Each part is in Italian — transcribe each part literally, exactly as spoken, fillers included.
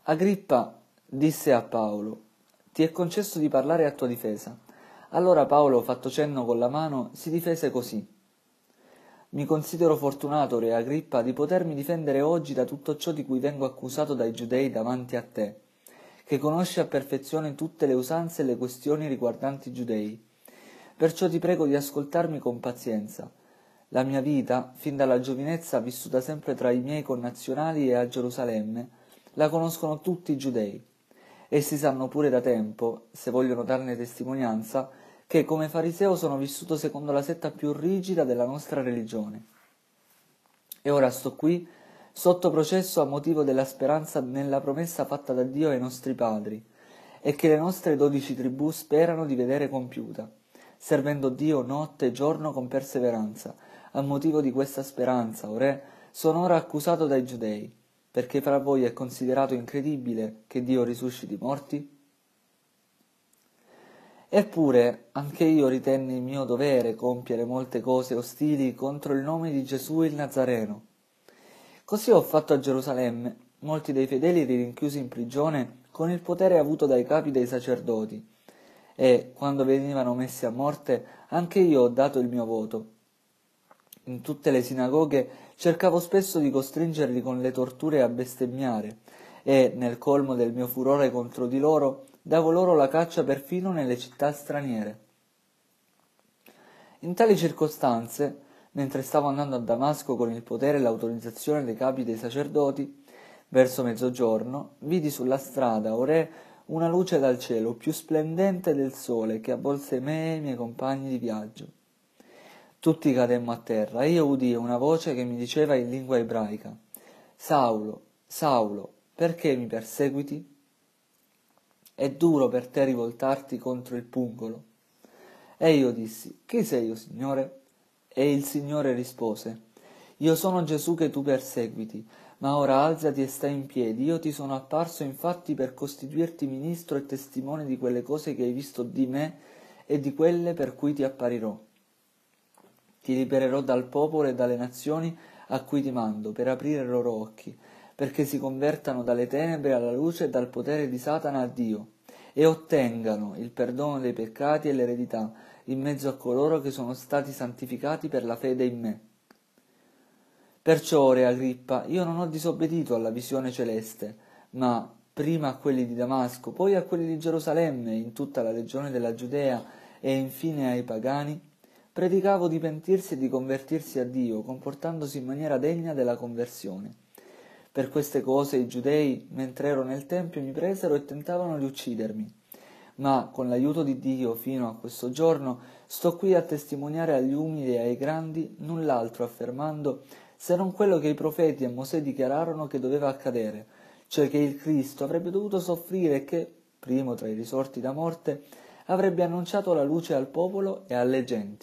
Agrippa disse a Paolo: «Ti è concesso di parlare a tua difesa». Allora Paolo, fatto cenno con la mano, si difese così: «Mi considero fortunato, re Agrippa, di potermi difendere oggi da tutto ciò di cui vengo accusato dai giudei davanti a te, che conosci a perfezione tutte le usanze e le questioni riguardanti i giudei. Perciò ti prego di ascoltarmi con pazienza. La mia vita, fin dalla giovinezza vissuta sempre tra i miei connazionali e a Gerusalemme, la conoscono tutti i giudei. Essi sanno pure da tempo, se vogliono darne testimonianza, che come fariseo sono vissuto secondo la setta più rigida della nostra religione. E ora sto qui, sotto processo a motivo della speranza nella promessa fatta da Dio ai nostri padri, e che le nostre dodici tribù sperano di vedere compiuta, servendo Dio notte e giorno con perseveranza. A motivo di questa speranza, o re, sono ora accusato dai giudei, perché fra voi è considerato incredibile che Dio risusciti i morti? Eppure anche io ritenni mio dovere compiere molte cose ostili contro il nome di Gesù il Nazareno. Così ho fatto a Gerusalemme, molti dei fedeli rinchiusi in prigione con il potere avuto dai capi dei sacerdoti, e, quando venivano messi a morte, anche io ho dato il mio voto. In tutte le sinagoghe cercavo spesso di costringerli con le torture a bestemmiare, e, nel colmo del mio furore contro di loro, davo loro la caccia perfino nelle città straniere. In tali circostanze, mentre stavo andando a Damasco con il potere e l'autorizzazione dei capi dei sacerdoti, verso mezzogiorno, vidi sulla strada, o re, una luce dal cielo più splendente del sole che avvolse me e i miei compagni di viaggio. Tutti cademmo a terra e io udii una voce che mi diceva in lingua ebraica: «Saulo, Saulo, perché mi perseguiti? È duro per te rivoltarti contro il pungolo». E io dissi: «Chi sei io, Signore?» E il Signore rispose: «Io sono Gesù che tu perseguiti, ma ora alzati e stai in piedi. Io ti sono apparso infatti per costituirti ministro e testimone di quelle cose che hai visto di me e di quelle per cui ti apparirò. Ti libererò dal popolo e dalle nazioni a cui ti mando, per aprire i loro occhi, perché si convertano dalle tenebre alla luce e dal potere di Satana a Dio, e ottengano il perdono dei peccati e l'eredità in mezzo a coloro che sono stati santificati per la fede in me. Perciò, re Agrippa, io non ho disobbedito alla visione celeste, ma prima a quelli di Damasco, poi a quelli di Gerusalemme, in tutta la regione della Giudea e infine ai pagani, predicavo di pentirsi e di convertirsi a Dio, comportandosi in maniera degna della conversione. Per queste cose i giudei, mentre ero nel Tempio, mi presero e tentavano di uccidermi. Ma, con l'aiuto di Dio, fino a questo giorno, sto qui a testimoniare agli umili e ai grandi null'altro affermando se non quello che i profeti e Mosè dichiararono che doveva accadere, cioè che il Cristo avrebbe dovuto soffrire e che, primo tra i risorti da morte, avrebbe annunciato la luce al popolo e alle genti».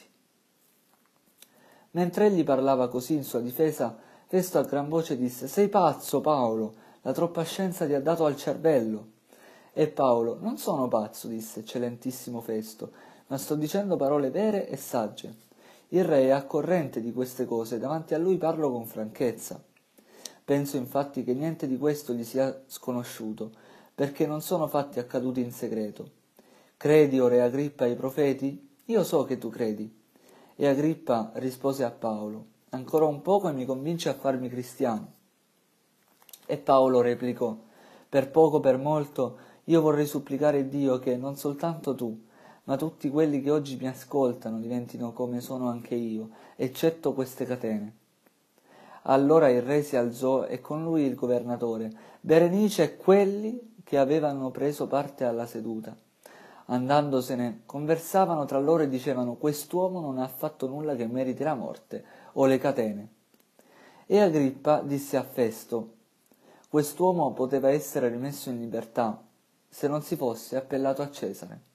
Mentre egli parlava così in sua difesa, Festo a gran voce disse: «Sei pazzo, Paolo, la troppa scienza ti ha dato al cervello». E Paolo: «Non sono pazzo», disse, eccellentissimo Festo, «ma sto dicendo parole vere e sagge. Il re è a corrente di queste cose, davanti a lui parlo con franchezza. Penso infatti che niente di questo gli sia sconosciuto, perché non sono fatti accaduti in segreto. Credi, o re Agrippa, ai profeti? Io so che tu credi». E Agrippa rispose a Paolo: «Ancora un poco e mi convinci a farmi cristiano». E Paolo replicò: «Per poco, per molto, io vorrei supplicare Dio che non soltanto tu, ma tutti quelli che oggi mi ascoltano diventino come sono anche io, eccetto queste catene». Allora il re si alzò e con lui il governatore, Berenice e quelli che avevano preso parte alla seduta. Andandosene, conversavano tra loro e dicevano: «Quest'uomo non ha fatto nulla che meriti la morte o le catene». E Agrippa disse a Festo: «Quest'uomo poteva essere rimesso in libertà se non si fosse appellato a Cesare».